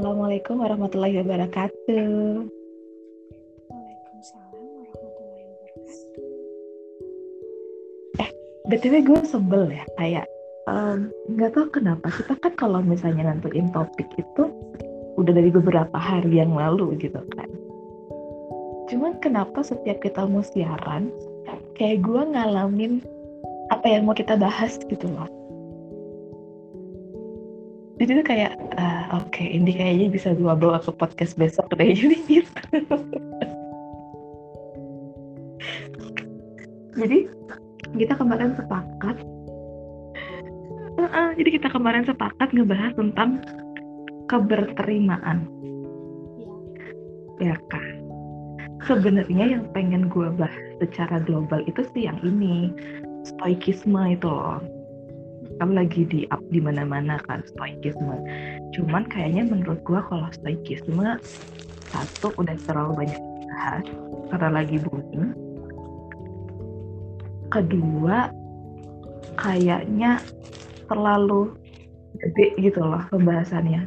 Assalamualaikum warahmatullahi wabarakatuh. Waalaikumsalam warahmatullahi wabarakatuh. BTW gue sebel ya, kayak nggak tahu kenapa kita kan kalau misalnya nentuin topik itu udah dari beberapa hari yang lalu gitu kan. Cuman kenapa setiap kita mau siaran, kayak gue ngalamin apa yang mau kita bahas gitu loh. Jadi tuh kayak, oke, ini kayaknya bisa gue bawa ke podcast besok deh, jadi gitu. Jadi kita kemarin sepakat ngebahas tentang keberterimaan, ya kan? Sebenarnya yang pengen gue bahas secara global itu sih yang ini, stoikisme itu loh. Kan lagi di up di mana-mana kan stoikisme. Cuman kayaknya menurut gue kalau stoikisme satu udah terlalu banyak dibahas karena lagi booming. Kedua, kayaknya terlalu gede gitu loh pembahasannya.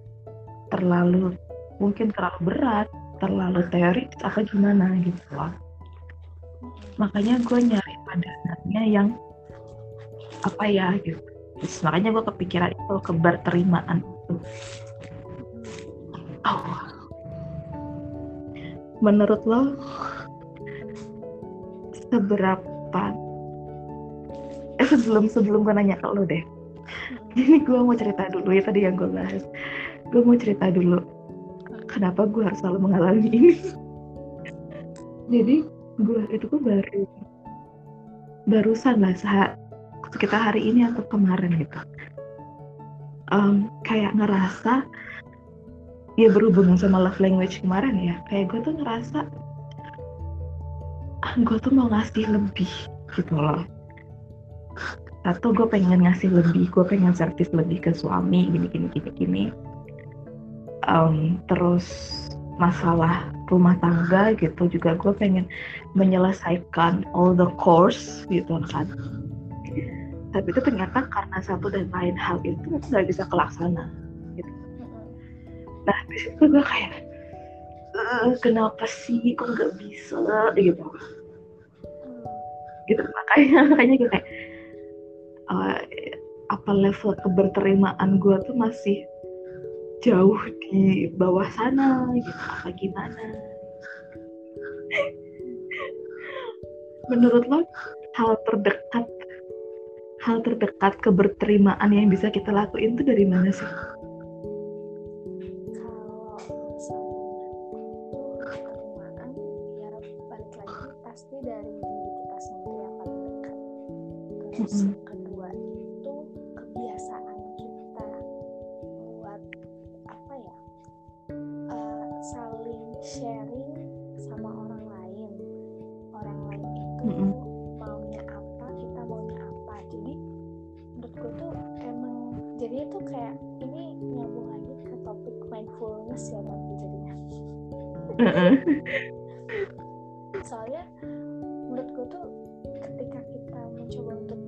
Mungkin terlalu berat, terlalu teoritis apa gimana gitu loh. Makanya gue nyari padanannya yang apa ya gitu. Terus makanya gue kepikiran itu keberterimaan itu. Menurut lo seberapa sebelum gue nanya ke lo deh. Jadi gue mau cerita dulu ya tadi yang gue bahas. Gue mau cerita dulu kenapa gue harus selalu mengalami ini. Jadi gue itu tuh barusan lah sekitar hari ini atau kemarin gitu. Kayak ngerasa ya berhubungan sama love language kemarin ya. Kayak gue tuh ngerasa gue tuh mau ngasih lebih gitu loh. Atau gue pengen ngasih lebih, gue pengen servis lebih ke suami gini. Terus masalah rumah tangga gitu juga gue pengen menyelesaikan all the course gitu kan. Tapi itu ternyata karena satu dan lain hal itu nggak bisa kelaksana gitu. Nah di situ gue kayak kenapa sih kok nggak bisa gitu makanya gue kayak apa level keberterimaan gue tuh masih jauh di bawah sana gitu apa gimana. Menurut lo hal terdekat keberterimaan yang bisa kita lakuin tuh dari mana sih? Kalau misalnya keberterimaan, ya balik lagi pasti dari diri kita sendiri yang paling dekat. Terus yang kedua itu kebiasaan kita buat apa ya, saling sharing sama orang lain itu maunya apa, kita maunya apa. Jadi menurutku tuh emang jadi itu kayak ini nyambung lagi ke topik mindfulness ya nanti jadinya. Soalnya menurutku tuh ketika kita mencoba untuk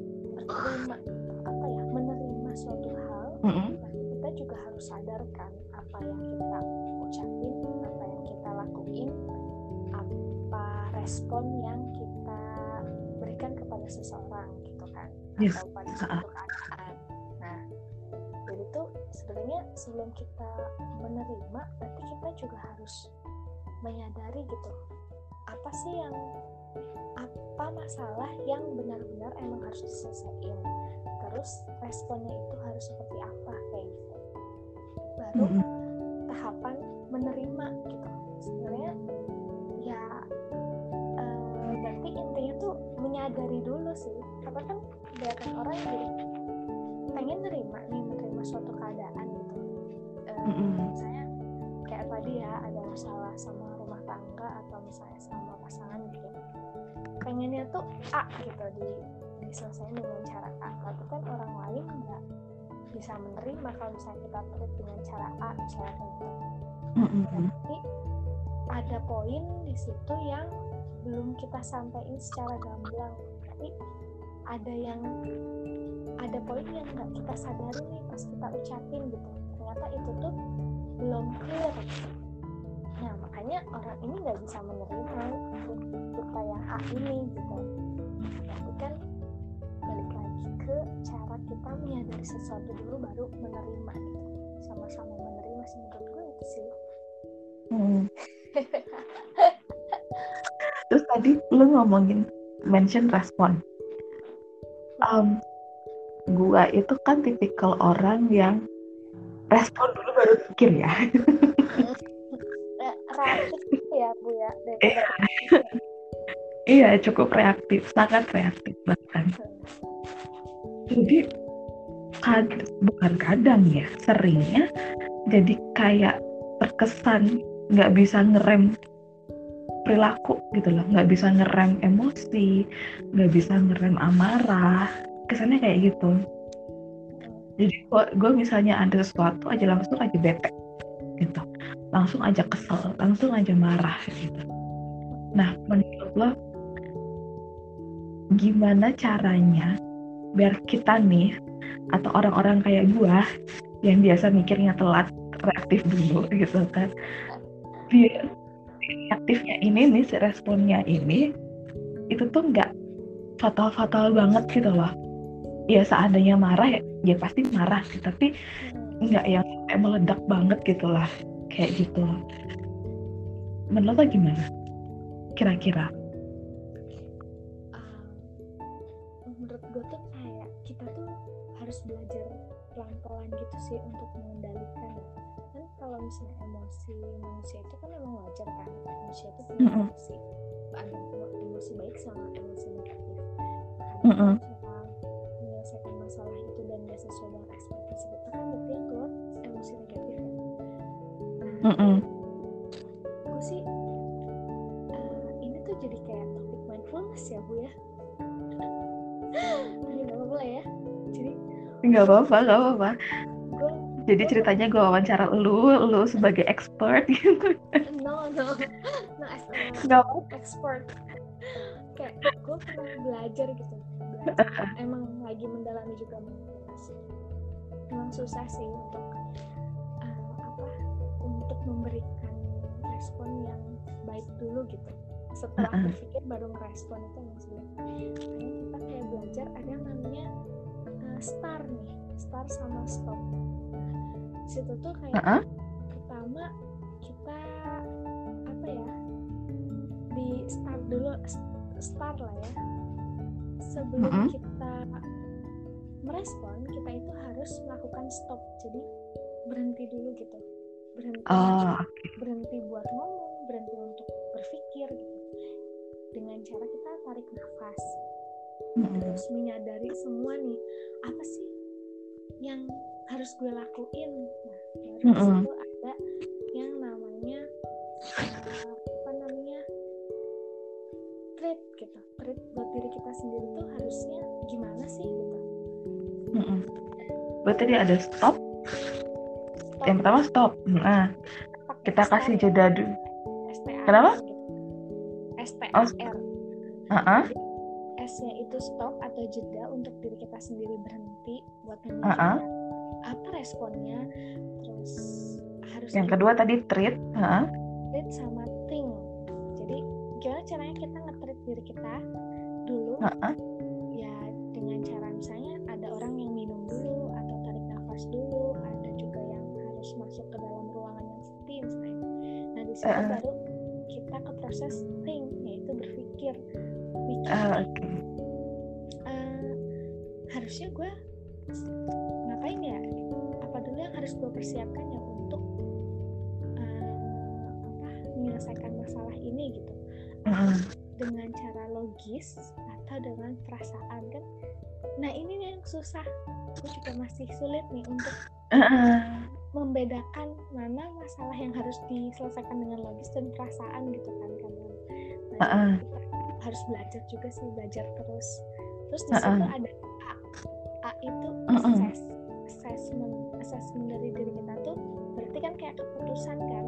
menerima suatu hal, kita juga harus sadarkan apa yang kita ucapin, apa yang kita lakuin, apa respon yang kita berikan kepada seseorang gitu kan, atau pada suatu keadaan. Nah, jadi tuh sebenarnya sebelum kita menerima, berarti kita juga harus menyadari gitu, apa masalah yang benar-benar emang harus diselesaikan, terus responnya itu harus seperti apa kayak gitu. Baru tahapan menerima gitu. Sebenarnya ya berarti intinya tuh menyadari dulu sih. Karena kan kebanyakan orang jadi pengen menerima suatu keadaan gitu. Misalnya kayak tadi ya ada masalah sama rumah tangga atau misalnya sama pasangan gitu, pengennya tuh A gitu diselesaikan dengan cara A, tapi kan orang lain nggak bisa menerima kalau misalnya kita treat dengan cara A misalnya gitu. Tapi ada poin di situ yang belum kita sampaikan secara gamblang, tapi ada poin yang nggak kita sadari nih pas kita ucapin gitu. Ternyata itu tuh belum clear. Nah makanya orang ini nggak bisa menerima kita yang A ini gitu. Tapi kan balik lagi ke cara kita menyadari sesuatu dulu baru menerima gitu. Sama-sama menerima sih menurut gue itu sih. Terus tadi lu ngomongin mention respon. Gua itu kan tipikal orang yang respon dulu baru pikir ya. Reaktif ya Bu ya. Iya, cukup reaktif, sangat reaktif bahkan. Jadi bukan kadang ya, seringnya jadi kayak terkesan nggak bisa ngerem perilaku gitu loh, nggak bisa ngerem emosi, nggak bisa ngerem amarah, kesannya kayak gitu. Jadi gue misalnya ada sesuatu aja langsung aja bete gitu, langsung aja kesel, langsung aja marah gitu. Nah menurut lo gimana caranya biar kita nih atau orang-orang kayak gue yang biasa mikirnya telat, reaktif dulu gitu kan, biar reaktifnya ini nih, si responnya ini itu tuh nggak fatal-fatal banget gitu loh. Ya seandainya marah ya pasti marah sih, tapi nggak yang meledak banget gitu lah, kayak gitu. Menurut lo gimana kira-kira? Menurut gue tuh kayak kita tuh harus belajar pelan-pelan gitu sih untuk mengendalikan. Kan kalau misalnya emosi manusia itu kan memang wajar kan, manusia itu punya emosi, ada emosi baik sama emosi negatif. Kadang cara menyelesaikan masalah itu dan gak sesuai dengan ekspektasi kita kan berarti yang keluar emosi negatif ya. Gue sih ini tuh jadi kayak topik mindfulness ya Bu ya. Gak apa-apa lah ya. Jadi Nggak apa-apa. Jadi ceritanya gue wawancara lu sebagai expert gitu. No as expert. Kayak gue pernah belajar gitu. Emang lagi mendalami juga mindfulness. Memang susah sih untuk memberikan respon yang baik dulu gitu. Setelah berpikir baru ngerespon itu emang sulit. Karena kita kayak belajar ada yang namanya STAR nih, STAR sama STOP. Situ tuh kayak pertama kita di start dulu, start lah ya. Sebelum kita merespon, kita itu harus melakukan stop. Jadi berhenti dulu gitu. Berhenti buat ngomong, berhenti untuk berpikir gitu. Dengan cara kita tarik nafas. Terus menyadari semua nih, apa sih yang harus gue lakuin. Nah, baru disitu ada yang namanya treat gitu. Treat buat diri kita sendiri tuh harusnya gimana sih gitu. Berarti dia ada stop. Yang pertama stop. Kita kasih jeda dulu. Kenapa? STAR. S-nya itu stop atau jeda untuk diri kita sendiri, berhenti buat memikirkan apa responnya. Terus harus yang kedua tadi treat. Treat sama think. Jadi gimana caranya kita nge-treat diri kita dulu? Ya dengan cara misalnya ada orang yang minum dulu atau tarik nafas dulu, ada juga yang harus masuk ke dalam ruangan yang sepi misalnya. Nah di situ baru kita ke proses think, yaitu berpikir. Harusnya gue ngapain ya? Apa dulu yang harus gue persiapkan ya untuk menyelesaikan masalah ini gitu. Dengan cara logis atau dengan perasaan kan? Nah ini nih yang susah. Gue juga masih sulit nih untuk membedakan mana masalah yang harus diselesaikan dengan logis dan perasaan gitu kan. Nah, kita harus belajar juga sih, belajar terus. Terus di situ ada A itu assessment dari diri kita tuh berarti kan kayak keputusan kan,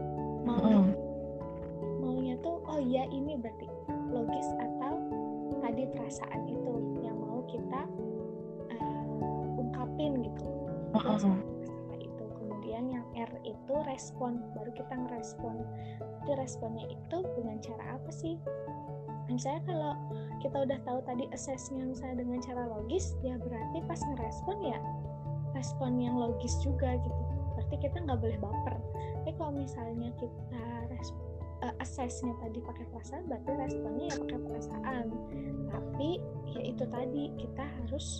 maunya tuh oh ya ini berarti logis atau tadi perasaan itu yang mau kita ungkapin gitu. Itu kemudian yang R itu respon, baru kita ngerespon. Jadi responnya itu dengan cara apa sih? Misalnya kalau kita udah tahu tadi assessnya misalnya dengan cara logis, ya berarti pas ngerespon ya respon yang logis juga gitu. Berarti kita nggak boleh baper. Tapi kalau misalnya kita assessnya tadi pakai perasaan, berarti responnya ya pakai perasaan. Tapi ya itu tadi kita harus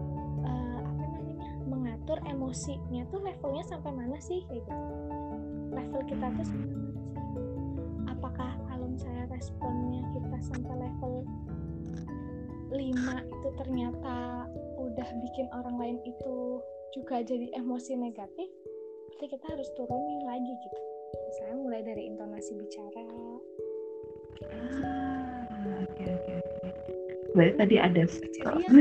mengatur emosinya tuh levelnya sampai mana sih kayak gitu. Level kita tuh sampai mana sih? Apakah kalau misalnya responnya kita sampai level 5 itu ternyata udah bikin orang lain itu juga jadi emosi negatif, berarti kita harus turunin lagi gitu. Misalnya mulai dari intonasi bicara. Oke. Berarti tadi ada kejadian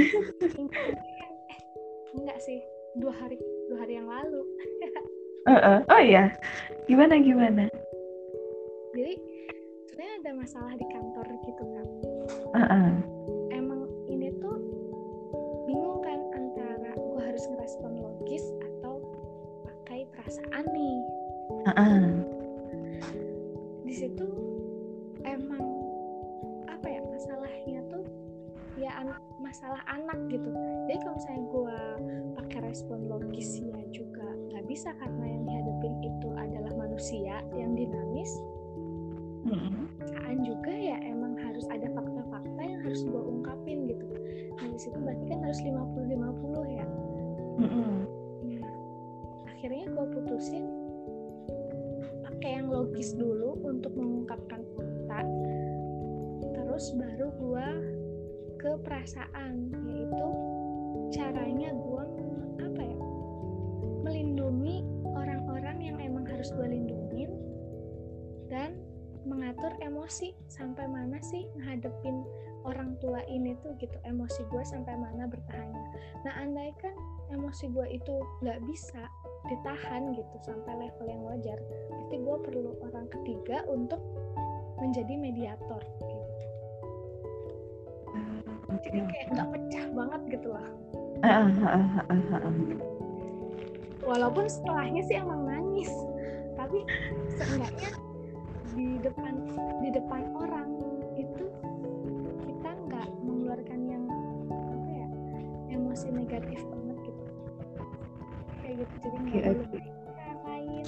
enggak sih 2 hari yang lalu. Oh iya, gimana? Jadi sebenarnya ada masalah di kantor gitu kan. Emang ini tuh bingung kan antara gue harus ngerespon logis atau pakai perasaan nih. Di situ emang apa ya, masalahnya tuh ya masalah anak gitu. Jadi kalau misalnya gue pakai respon logis ya juga nggak bisa, karena yang dihadapin itu adalah manusia yang dinamis. Perasaan juga ya emang harus ada fakta-fakta yang harus gue ungkapin gitu. Nah di situ berarti kan harus 50-50 ya. Nah, akhirnya gue putusin pakai yang logis dulu untuk mengungkapkan fakta, terus baru gue ke perasaan, yaitu caranya gue melindungi orang-orang yang emang harus gue lindungin dan mengatur emosi sampai mana sih ngehadepin orang tua ini tuh gitu, emosi gue sampai mana bertahannya. Nah andaikan emosi gue itu nggak bisa ditahan gitu sampai level yang wajar, berarti gue perlu orang ketiga untuk menjadi mediator kayak gitu. Jadi kayak nggak pecah banget gitu lah. Walaupun setelahnya sih emang nangis, tapi seenggaknya di depan orang itu kita nggak mengeluarkan yang emosi negatif banget gitu, kayak gitu. Jadi nggak boleh ngapain.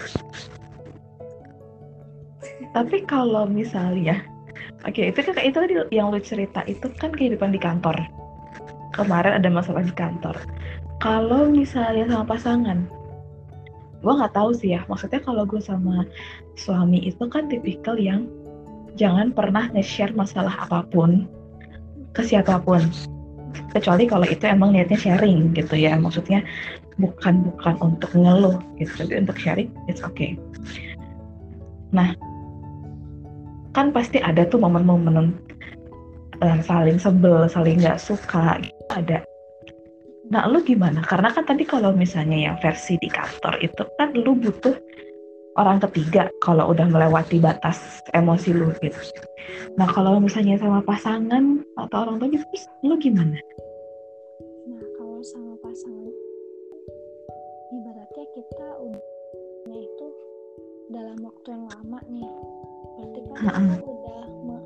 Tapi kalau misalnya itu tadi yang lu cerita itu kan kehidupan di kantor. Kemarin ada masalah di kantor. Kalau misalnya sama pasangan, gue nggak tahu sih ya. Maksudnya kalau gue sama suami itu kan tipikal yang jangan pernah nge-share masalah apapun ke siapapun, kecuali kalau itu emang niatnya sharing gitu ya. Maksudnya bukan untuk ngeluh gitu, tapi untuk sharing, it's okay. Nah, kan pasti ada tuh momen-momen saling sebel, saling nggak suka gitu, ada. Nah, lu gimana? Karena kan tadi kalau misalnya yang versi di kantor itu kan lu butuh orang ketiga kalau udah melewati batas emosi lu gitu. Nah, kalau misalnya sama pasangan atau orang tua gitu, lu gimana? Nah, kalau sama pasangan, ibaratnya kita udah itu dalam waktu yang lama nih. Berarti kan kita udah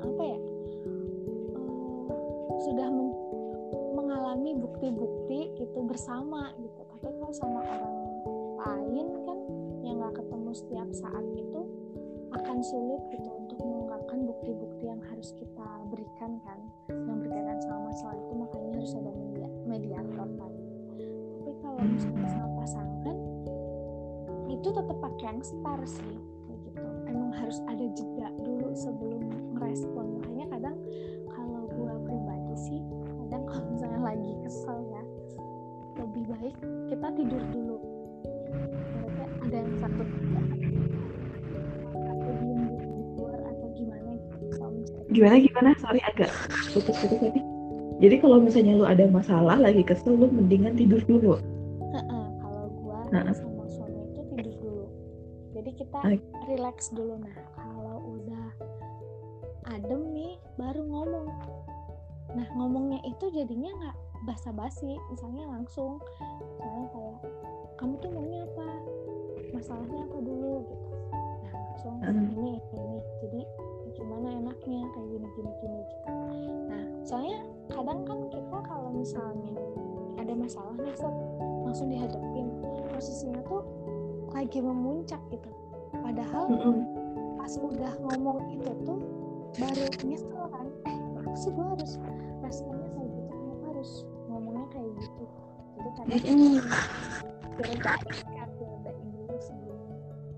sudah mengalami bukti-bukti gitu bersama gitu. Tapi kalau sama orang lain kan yang nggak ketemu setiap saat itu akan sulit gitu untuk mengungkapkan bukti-bukti yang harus kita berikan kan, yang berkaitan sama masalah itu. Makanya harus ada mediator tadi. Tapi kalau misalnya sama pasangan itu tetap pakai yang star sih gitu. Emang harus ada jeda dulu sebelum merespon. Makanya kadang kalau gue pribadi sih, kadang kalau misalnya lagi kesel ya, lebih baik kita tidur dulu. Berarti ada yang satu atau diem di luar atau gimana gitu. Gimana? Sorry agak putus-putus tadi. Jadi kalau misalnya lu ada masalah lagi kesel, lu mendingan tidur dulu. Kalau gue sama suami itu tidur dulu. Jadi kita relax dulu. Nah kalau udah adem nih baru ngomong. Nah ngomongnya itu jadinya nggak basa-basi, misalnya langsung, misalnya kayak kamu tuh maunya apa, masalahnya apa dulu gitu. Nah langsung ini jadi gimana enaknya kayak gini gitu. Nah soalnya kadang kan kita kalau misalnya ada masalah nih Sob, langsung dihadapin, posisinya tuh lagi memuncak gitu, padahal pas udah ngomong itu tuh baru nyesel kan, kenapa sih gue harus responnya kayak gitu, kenapa harus ngomongnya kayak gitu. Jadi kadang diredain dulu sebelumnya.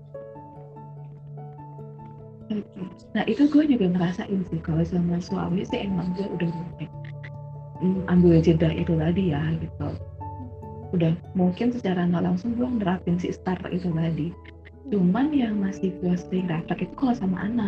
Nah itu gue juga ngerasain sih kalau sama suami sih emang gue udah mulai ambil jeda itu tadi ya gitu. Udah mungkin secara nggak langsung gue nerapin si start itu tadi. Cuman yang masih gue sering refleks itu kalau sama anak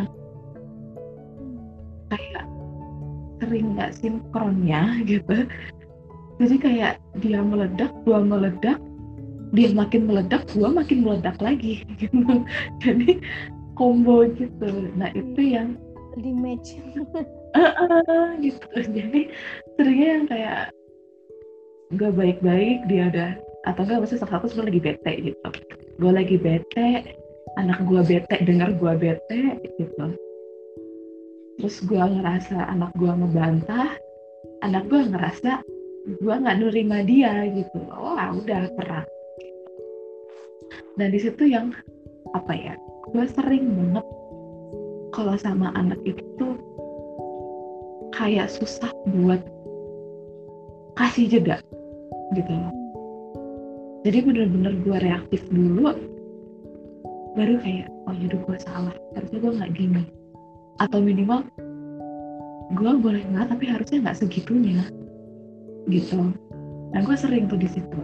kayak sering nggak sinkronnya gitu. Jadi kayak dia meledak, gue meledak, dia makin meledak, gue makin meledak lagi gitu. Jadi combo gitu. Nah itu yang di match gitu. Jadi seringnya yang kayak gak baik-baik dia udah, atau enggak maksudnya salah satu sebenarnya lagi bete gitu. Gue lagi bete, anak gue bete dengar gue bete gitu. Terus gue ngerasa anak gue ngebantah, anak gue ngerasa gue nggak nerima dia gitu. Wah udah perang. Dan di situ yang apa ya? Gue sering banget kalau sama anak itu kayak susah buat kasih jeda gitu loh. Jadi bener-bener gue reaktif dulu, baru kayak oh yaudah gue salah, harusnya gue nggak gini, atau minimal gue boleh nggak tapi harusnya nggak segitunya gitu. Nah gue sering tuh di situ.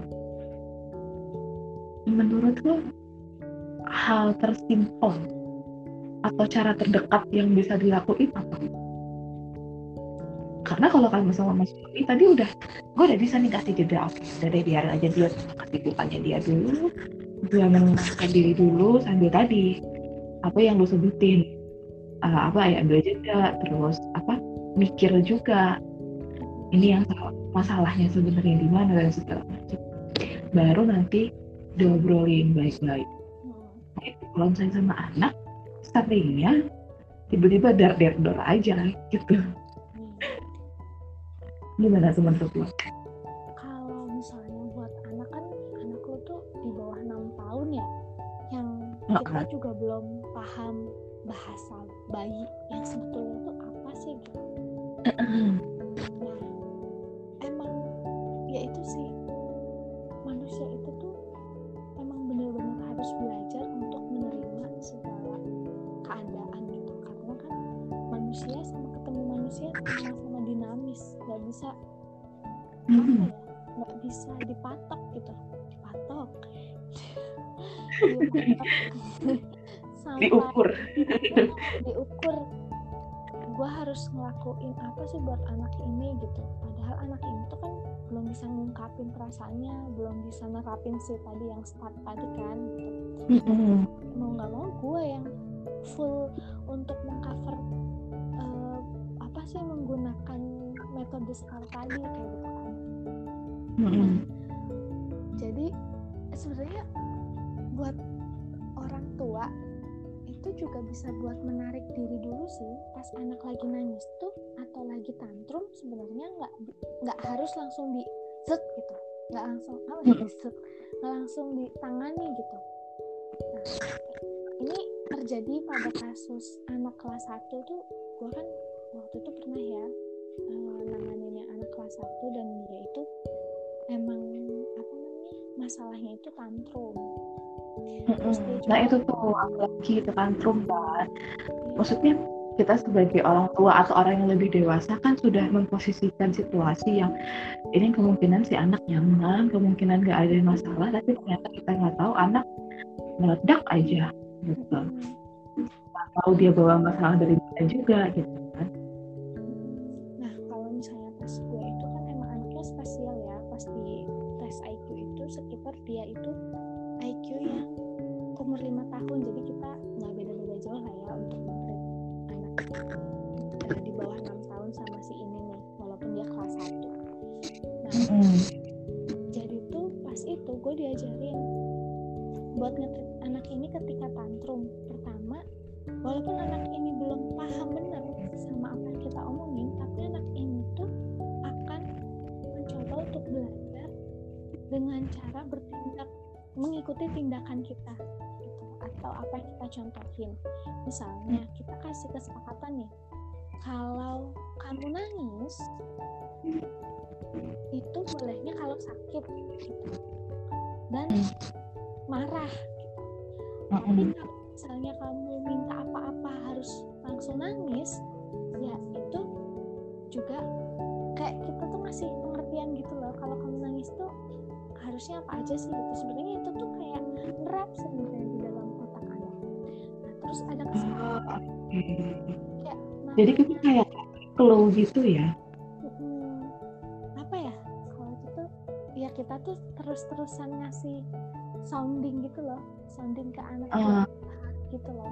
Menurut lo hal tersimpel atau cara terdekat yang bisa dilakuin apa? Karena kalau kamu sama Mas Yuli tadi gue udah bisa nih kasih jeda, oke udah deh biar aja dia kasih bukannya dia dulu, gue menenangkan diri dulu sambil tadi apa yang lo sebutin, apa ya ambil jeda, terus apa mikir juga ini yang masalahnya sebenarnya di mana dan segala macam, baru nanti diobrolin baik-baik. Nah, kalau misalnya sama anak seringnya tiba-tiba dar aja gitu. Gimana teman-teman lo? Kalau misalnya buat anak kan, anak lo tuh di bawah 6 tahun ya, yang kita juga belum paham bahasa bayi yang sebetulnya tuh apa sih gitu. Nah emang ya itu sih, manusia itu tuh emang benar-benar harus belajar untuk menerima segala keadaan gitu, karena kan manusia sama ketemu manusia sama-sama dinamis, nggak bisa nggak bisa dipatok gitu, sampai diukur gue harus ngelakuin apa sih buat anak ini gitu, padahal anak ini tuh kan belum bisa ngungkapin perasaannya, belum bisa nerapin sih tadi yang start tadi kan gitu. Mau nggak mau gue yang full untuk mengcover apa sih menggunakan metode start tadi kayak gitu kan. Nah, jadi sebenarnya buat orang tua itu juga bisa buat menarik diri dulu sih pas anak lagi nangis tuh atau lagi tantrum, sebenarnya nggak harus langsung di zet gitu, nggak langsung ditangani gitu. Nah ini terjadi pada kasus anak kelas 1 tuh, gue kan waktu itu pernah ya nanganin yang anak kelas 1 dan dia itu emang apa namanya masalahnya itu tantrum. Nah itu tuh apalagi itu tantrum kan, maksudnya kita sebagai orang tua atau orang yang lebih dewasa kan sudah memposisikan situasi yang ini kemungkinan si anak nyaman, kemungkinan gak ada masalah, tapi ternyata kita nggak tahu anak meledak aja gitu, nggak tahu dia bawa masalah dari mana juga gitu kan. Nah kalau misalnya pas gue itu kan emang anaknya spesial ya, pas di tes IQ itu sekitar dia itu IQ yang umur 5 tahun, jadi kita nggak beda-beda jauh lah ya untuk menilai anak di bawah 6 tahun sama si ini nih, walaupun dia kelas 1. Nah jadi tuh pas itu gue diajarin buat ngetrit anak ini ketika tantrum, pertama, walaupun anak ini belum paham benar sama apa yang kita omongin, tapi anak ini tuh akan mencoba untuk belajar dengan cara bertindak, mengikuti tindakan kita gitu, atau apa yang kita contohin. Misalnya kita kasih kesepakatan nih, kalau kamu nangis itu bolehnya kalau sakit gitu, dan marah gitu. Tapi kalau misalnya kamu minta apa-apa harus langsung nangis, ya itu juga kayak kita tuh ngasih pengertian gitu loh, kalau kamu nangis tuh harusnya apa aja sih gitu. Sebenarnya itu tuh kayak nerap sebenarnya di dalam otak anak. Nah, terus ada kesempatan kayak jadi kita kayak flow gitu ya. Apa ya, kalau gitu ya kita tuh terus-terusan ngasih sounding gitu loh, sounding ke anak gitu loh.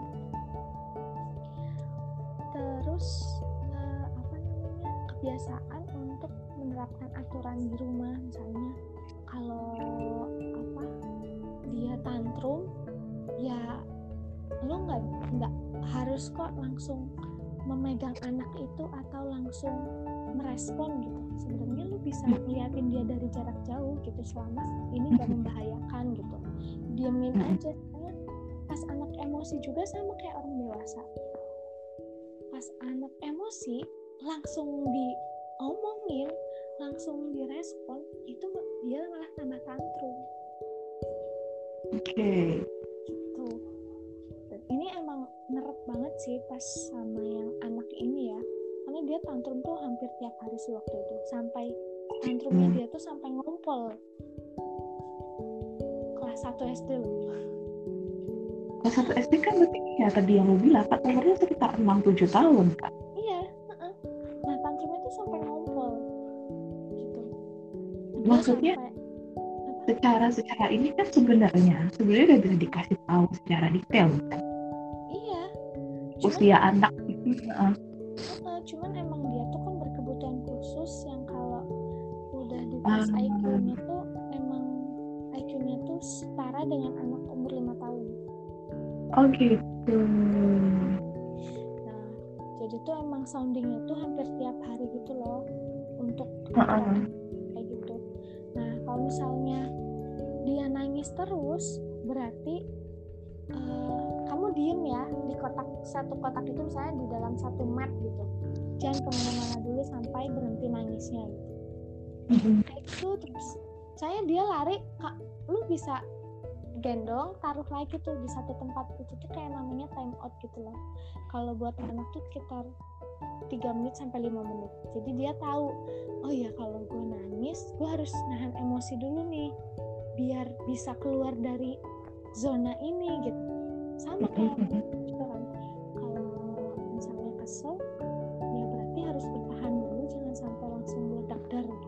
Terus apa namanya, kebiasaan untuk menerapkan aturan di rumah. Misalnya kalau apa dia tantrum, ya lo nggak harus kok langsung memegang anak itu atau langsung merespon gitu. Sebenarnya lu bisa ngeliatin dia dari jarak jauh gitu, selama ini gak membahayakan gitu. Diamin aja, karena pas anak emosi juga sama kayak orang dewasa. Pas anak emosi langsung diomongin, langsung direspon, itu dia malah tambah tantrum. Oke. Gitu. Dan ini emang nerep banget sih pas sama yang anak ini ya. Karena dia tantrum tuh hampir tiap hari sih waktu itu. Sampai tantrumnya dia tuh sampai ngompol. Kelas 1 SD loh. Kelas 1 SD kan berarti ya tadi yang lu bilang kan umurnya sekitar 6-7 tahun kan? Iya. Nah tantrumnya tuh sampai ngompol. Gitu. Dia maksudnya secara ini kan sebenarnya udah bisa dikasih tahu secara detail kan? Iya. Usia anak itu. Cuman emang dia tuh kan berkebutuhan khusus yang kalau udah di tes IQ-nya tuh emang IQ-nya tuh setara dengan anak umur 5 tahun. Oh gitu. Nah, jadi tuh emang soundingnya tuh hampir tiap hari gitu loh untuk kayak gitu. Nah, kalau misalnya dia nangis terus, berarti kamu diem ya di satu kotak itu, misalnya di dalam satu mat gitu. Jangan kemana-mana dulu sampai berhenti nangisnya gitu. Kayak gitu. Terus saya dia lari, Kak, lu bisa gendong, taruh lagi tuh di satu tempat. Itu tuh kayak namanya time out gitu loh. Kalau buat anak tuh sekitar 3 menit sampai 5 menit. Jadi dia tahu, oh ya kalau gue nangis, gue harus nahan emosi dulu nih, biar bisa keluar dari zona ini gitu. Sama kayak juga kan, kalau misalnya kesel, ya berarti harus bertahan dulu, jangan sampai langsung meledak dar gitu.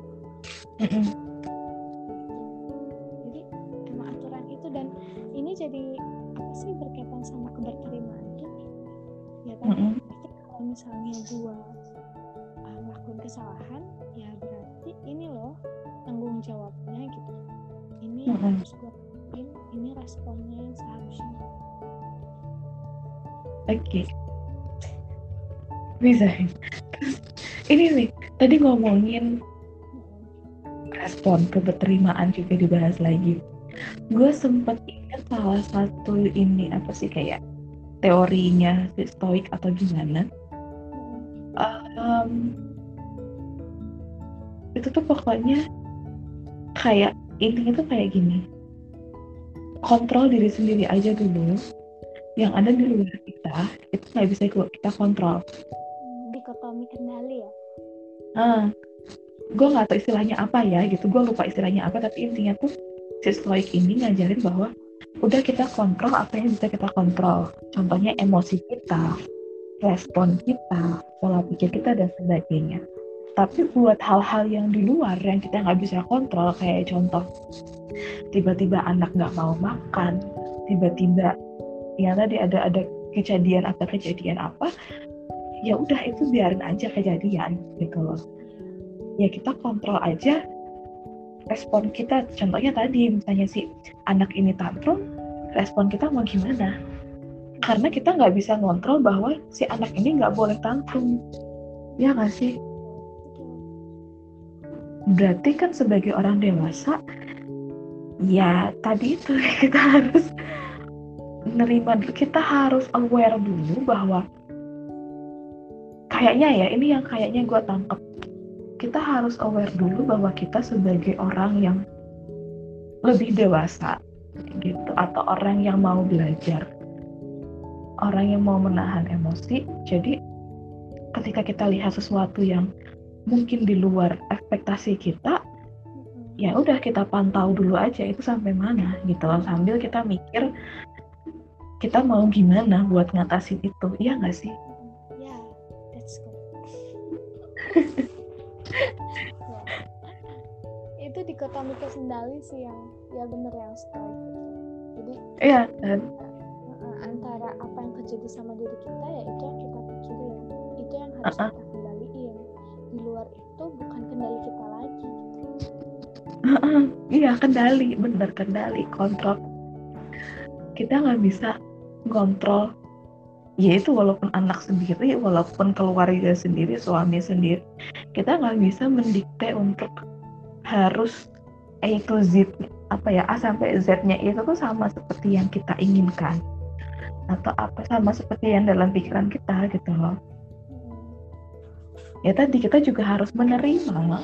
Jadi emang aturan itu, dan ini jadi apa sih, berkaitan sama keberterimaan tuh ya kan. Berarti kalau misalnya gua melakukan kesalahan, ya berarti ini loh tanggung jawabnya gitu, ini harus gua lakuin, ini responnya yang seharusnya. Oke. Bisa. Ini nih, tadi ngomongin respon, keberterimaan juga dibahas lagi. Gue sempet ingat salah satu ini apa sih, kayak teorinya si Stoik atau gimana. Itu tuh pokoknya kayak intinya tuh kayak gini. Kontrol diri sendiri aja dulu. Yang ada di luar kita itu nggak bisa kita kontrol. Dikotomi kendali ya. Gue nggak tahu istilahnya apa ya gitu, gue lupa istilahnya apa, tapi intinya tuh si Stoik ini ngajarin bahwa udah kita kontrol apa yang bisa kita kontrol. Contohnya emosi kita, respon kita, pola pikir kita dan sebagainya. Tapi buat hal-hal yang di luar yang kita nggak bisa kontrol, kayak contoh tiba-tiba anak nggak mau makan, tiba-tiba ya tadi ada kejadian apa, ya udah itu biarin aja kejadian gitu loh. Ya kita kontrol aja respon kita. Contohnya tadi misalnya si anak ini tantrum, respon kita mau gimana. Karena kita nggak bisa ngontrol bahwa si anak ini nggak boleh tantrum. Ya nggak sih? Berarti kan sebagai orang dewasa, ya tadi itu kita harus menerima dulu, kita harus aware dulu bahwa kayaknya ya, ini yang kayaknya gue tangkap, kita harus aware dulu bahwa kita sebagai orang yang lebih dewasa gitu, atau orang yang mau belajar, orang yang mau menahan emosi. Jadi ketika kita lihat sesuatu yang mungkin di luar ekspektasi kita, ya udah kita pantau dulu aja itu sampai mana gitu loh, sambil kita mikir kita mau gimana buat ngatasin itu. Iya nggak sih? Ya, that's good. Itu dikotomi kendali sih yang ya bener yang stoik. Jadi iya kan? Antara apa yang terjadi sama diri kita ya itu yang kita pikirin, itu yang harus kita kendaliin. Di luar itu bukan kendali kita lagi. Iya, kendali, bener, kendali, kontrol. Kita nggak bisa kontrol, ya itu walaupun anak sendiri, walaupun keluarga sendiri, suami sendiri, kita nggak bisa mendikte untuk harus A to Z, apa ya, A sampai Z-nya itu tuh sama seperti yang kita inginkan, atau apa sama seperti yang dalam pikiran kita gitu loh. Ya tadi kita juga harus menerima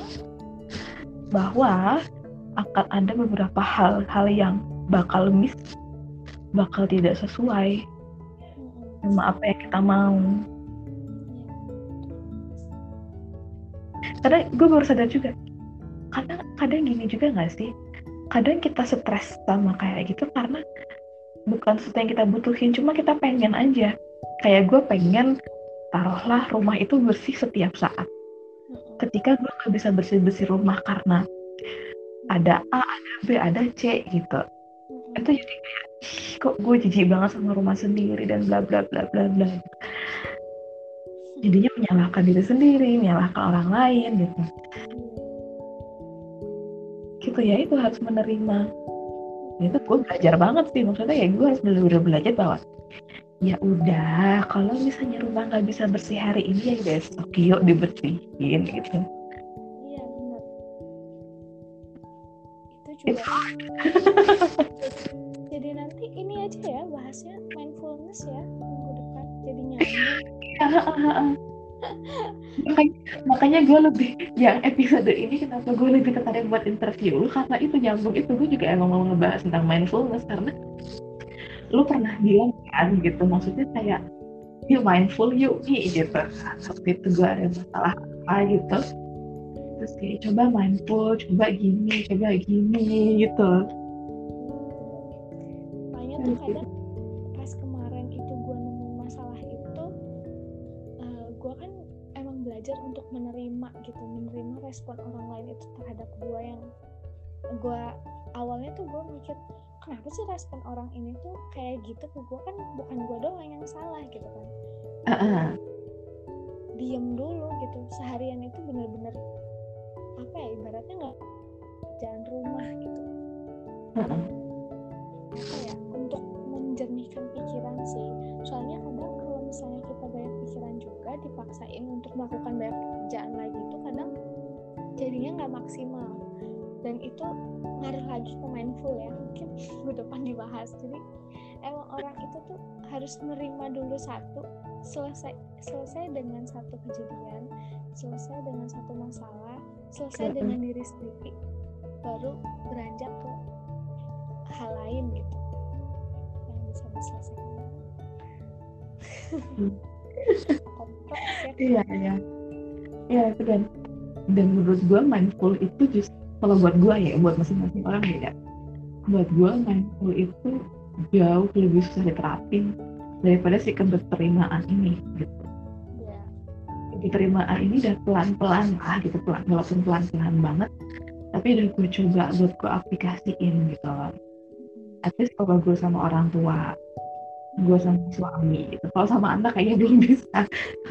bahwa akan ada beberapa hal-hal yang bakal miss, bakal tidak sesuai sama apa yang kita mau. Karena gue baru sadar juga, kadang gini juga nggak sih, kadang kita stres sama kayak gitu karena bukan sesuatu yang kita butuhin, cuma kita pengen aja. Kayak gue pengen, taruhlah rumah itu bersih setiap saat. Ketika gue nggak bisa bersih-bersih rumah karena ada A, ada B, ada C gitu, itu jadi kayak kok gue jijik banget sama rumah sendiri dan bla bla bla bla bla. Jadinya menyalahkan diri sendiri, menyalahkan orang lain gitu. Gitu ya, itu harus menerima. Itu gue belajar banget sih, maksudnya ya gue harus bener-bener belajar bahwa ya udah, kalau misalnya rumah nggak bisa bersih hari ini ya besok yuk dibersihin gitu. Iya benar. Itu juga. Jadi nanti ini aja ya bahasnya mindfulness ya minggu depan, jadi nyambung. Makanya gue lebih, yang episode ini kenapa gue lebih tertarik buat interview lu, karena itu nyambung, itu gue juga emang mau ngebahas tentang mindfulness. Karena lu pernah bilang kan gitu, maksudnya kayak yuk mindful yuk nih gitu. Waktu itu gue ada masalah apa gitu, terus kayak coba mindful, coba gini gitu. Makanya tuh kadang pas kemarin itu gue nemu masalah itu, gue kan emang belajar untuk menerima gitu, menerima respon orang lain itu terhadap gue. Yang gue awalnya tuh gue mikir kenapa sih respon orang ini tuh kayak gitu ke gue, kan bukan gue doang yang salah gitu kan. Diem dulu gitu, seharian itu bener-bener apa ya, ibaratnya nggak jalan rumah gitu. Apa ya, untuk menjernihkan pikiran sih. Soalnya kadang kalau misalnya kita banyak pikiran juga dipaksain untuk melakukan banyak pekerjaan lagi itu kadang jadinya nggak maksimal, dan itu ngaruh lagi ke mindful ya, mungkin minggu depan dibahas. Jadi emang orang itu tuh harus menerima dulu satu, selesai dengan satu kejadian, selesai dengan satu masalah, selesai dengan diri sendiri, baru beranjak ke hal lain gitu yang bisa diselesaikan. Kompleks ya. Iya itu dan menurut gue mindful itu justru, kalau buat gue ya, buat masing-masing orang beda. Buat gue mindful itu jauh lebih susah diterapin daripada si keberterimaan ini gitu. Keberterimaan ini udah pelan-pelan lah gitu, walaupun pelan-pelan banget, tapi udah gue coba buat gue aplikasiin gitu loh. At least kalau gue sama orang tua, gue sama suami gitu. Kalau sama anak kayaknya belum bisa.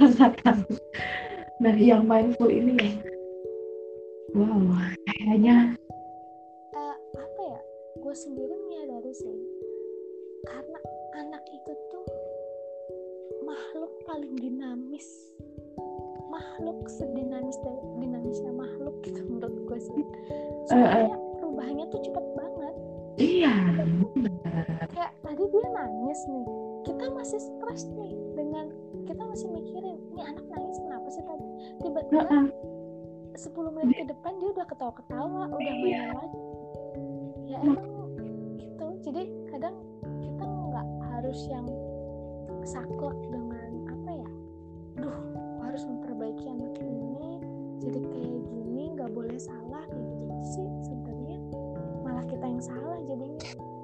Nah yang mindful ini yang wow, kayaknya apa ya, gue sendiri menyadari sih karena anak itu tuh makhluk paling dinamis, makhluk dinamisnya makhluk gitu menurut gue sih. Soalnya perubahannya tuh cepet banget. Iya. Kayak tadi dia nangis nih, kita masih stres nih dengan kita masih mikirin ini anak nangis kenapa sih tadi, tiba-tiba 10 menit ke depan dia udah ketawa-ketawa, udah main lagi. Ya emang itu, jadi kadang kita nggak harus yang saklek dengan apa ya, duh harus memperbaiki anak ini jadi kayak gini, nggak boleh salah kayak gitu sih. Sebenarnya malah kita yang salah jadinya.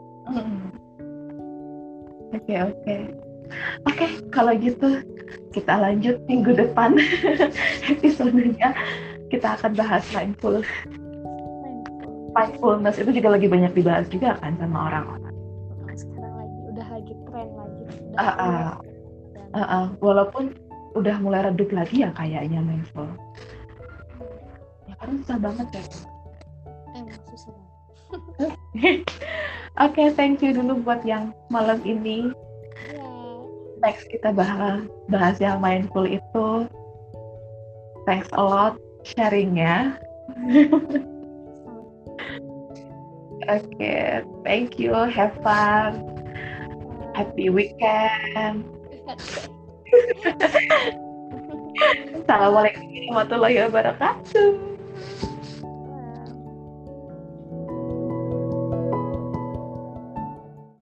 Oke, kalau gitu kita lanjut minggu depan episodenya. Kita akan bahas mindfulness. Itu juga lagi banyak dibahas juga kan sama orang-orang. Sekarang udah lagi tren lagi. Walaupun udah mulai redup lagi ya kayaknya mindful. Ya kan susah banget ya. Emang susah banget. Oke, thank you dulu buat yang malam ini. Next kita bahas yang mindful itu. Thanks a lot sharingnya. Oke, thank you. Have fun. Happy weekend. Assalamualaikum warahmatullahi wabarakatuh.